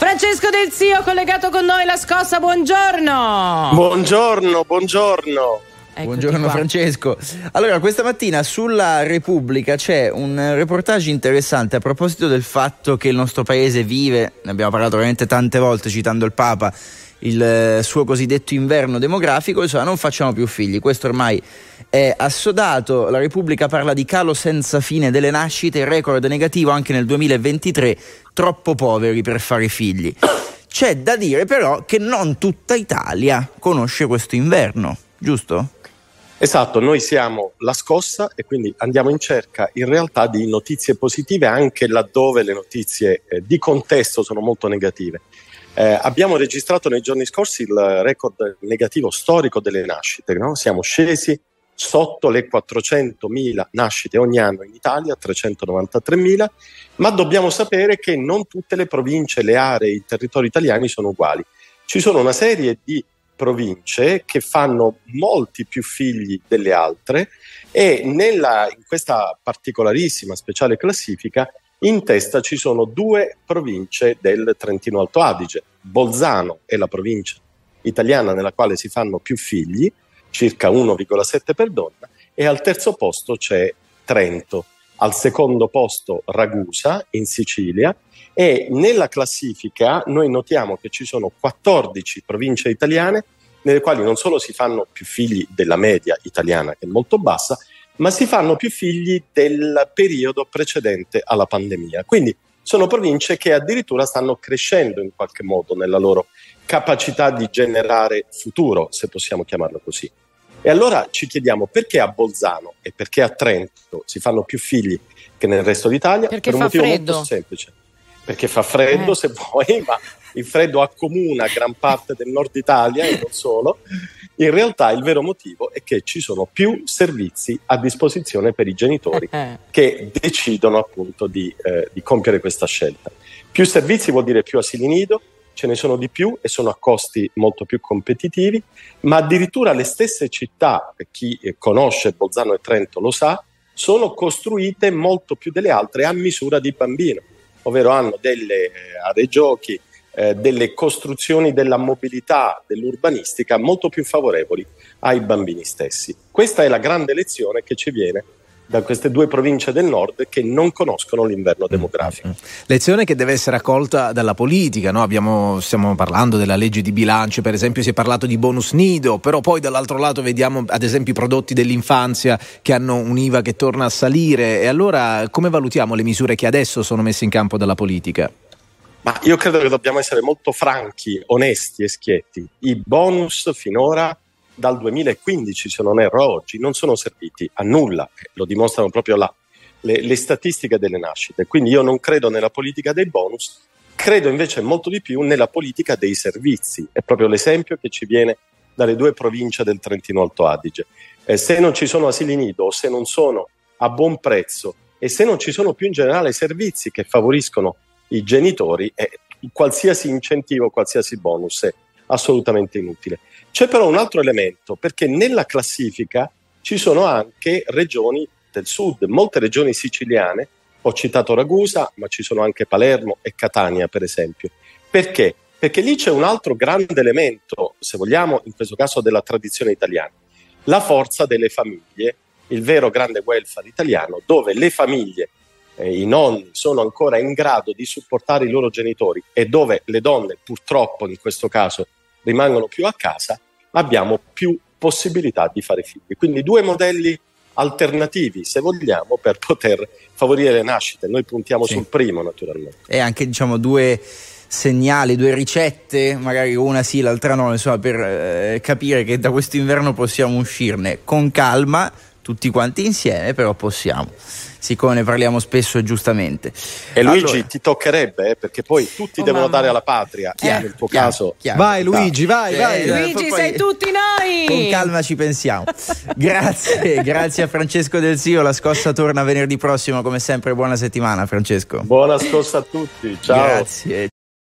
Francesco Del Zio collegato con noi, La Scossa, buongiorno. Buongiorno. Buongiorno qua. Francesco. Allora, questa mattina sulla Repubblica c'è un reportage interessante a proposito del fatto che il nostro paese vive, ne abbiamo parlato veramente tante volte citando il Papa, il suo cosiddetto inverno demografico, insomma non facciamo più figli, questo ormai è assodato. La Repubblica parla di calo senza fine delle nascite, il record negativo anche nel 2023, troppo poveri per fare figli. C'è da dire però che non tutta Italia conosce questo inverno, giusto? Esatto, noi siamo La Scossa e quindi andiamo in cerca in realtà di notizie positive anche laddove le notizie di contesto sono molto negative. Abbiamo registrato nei giorni scorsi il record negativo storico delle nascite, no? Siamo scesi sotto le 400.000 nascite ogni anno in Italia, 393.000, ma dobbiamo sapere che non tutte le province, le aree, i territori italiani sono uguali. Ci sono una serie di province che fanno molti più figli delle altre e in questa particolarissima speciale classifica in testa ci sono due province del Trentino Alto Adige. Bolzano è la provincia italiana nella quale si fanno più figli, circa 1,7 per donna, e al terzo posto c'è Trento, al secondo posto Ragusa in Sicilia, e nella classifica noi notiamo che ci sono 14 province italiane nelle quali non solo si fanno più figli della media italiana, che è molto bassa, ma si fanno più figli del periodo precedente alla pandemia. Quindi sono province che addirittura stanno crescendo in qualche modo nella loro capacità di generare futuro, se possiamo chiamarlo così. E allora ci chiediamo perché a Bolzano e perché a Trento si fanno più figli che nel resto d'Italia? Perché per un fa motivo freddo. molto semplice. Perché fa freddo, se vuoi, ma il freddo accomuna gran parte del nord Italia e non solo. In realtà il vero motivo è che ci sono più servizi a disposizione per i genitori che decidono appunto di compiere questa scelta. Più servizi vuol dire più asili nido, ce ne sono di più e sono a costi molto più competitivi, ma addirittura le stesse città, chi conosce Bolzano e Trento lo sa, sono costruite molto più delle altre a misura di bambino, ovvero hanno delle aree giochi, delle costruzioni della mobilità, dell'urbanistica molto più favorevoli ai bambini stessi. Questa è la grande lezione che ci viene da queste due province del nord che non conoscono l'inverno demografico. Lezione che deve essere accolta dalla politica, no? Stiamo parlando della legge di bilancio, per esempio si è parlato di bonus nido, però poi dall'altro lato vediamo ad esempio i prodotti dell'infanzia che hanno un'IVA che torna a salire, e allora come valutiamo le misure che adesso sono messe in campo dalla politica? Ma io credo che dobbiamo essere molto franchi, onesti e schietti. I bonus finora dal 2015, se non erro oggi, non sono serviti a nulla, lo dimostrano proprio le statistiche delle nascite. Quindi io non credo nella politica dei bonus, credo invece molto di più nella politica dei servizi. È proprio l'esempio che ci viene dalle due province del Trentino Alto Adige. Se non ci sono asili nido, se non sono a buon prezzo e se non ci sono più in generale servizi che favoriscono i genitori, qualsiasi incentivo, qualsiasi bonus è assolutamente inutile. C'è però un altro elemento, perché nella classifica ci sono anche regioni del sud, molte regioni siciliane, ho citato Ragusa, ma ci sono anche Palermo e Catania per esempio. Perché? Perché lì c'è un altro grande elemento, se vogliamo, in questo caso della tradizione italiana, la forza delle famiglie, il vero grande welfare italiano, dove le famiglie, i nonni sono ancora in grado di supportare i loro genitori e dove le donne purtroppo in questo caso rimangono più a casa, abbiamo più possibilità di fare figli. Quindi due modelli alternativi, se vogliamo, per poter favorire le nascite. Noi puntiamo sul primo, naturalmente. E anche due segnali, due ricette, magari una sì, l'altra no, insomma, per capire che da questo inverno possiamo uscirne con calma, tutti quanti insieme, però possiamo, siccome ne parliamo spesso giustamente. E Luigi, ti toccherebbe, perché poi tutti devono dare alla patria, nel tuo caso. Vai Luigi, vai. Luigi, poi, sei tutti noi! Con calma ci pensiamo. Grazie a Francesco Del Zio. La Scossa torna venerdì prossimo, come sempre. Buona settimana, Francesco. Buona scossa a tutti, ciao. Grazie.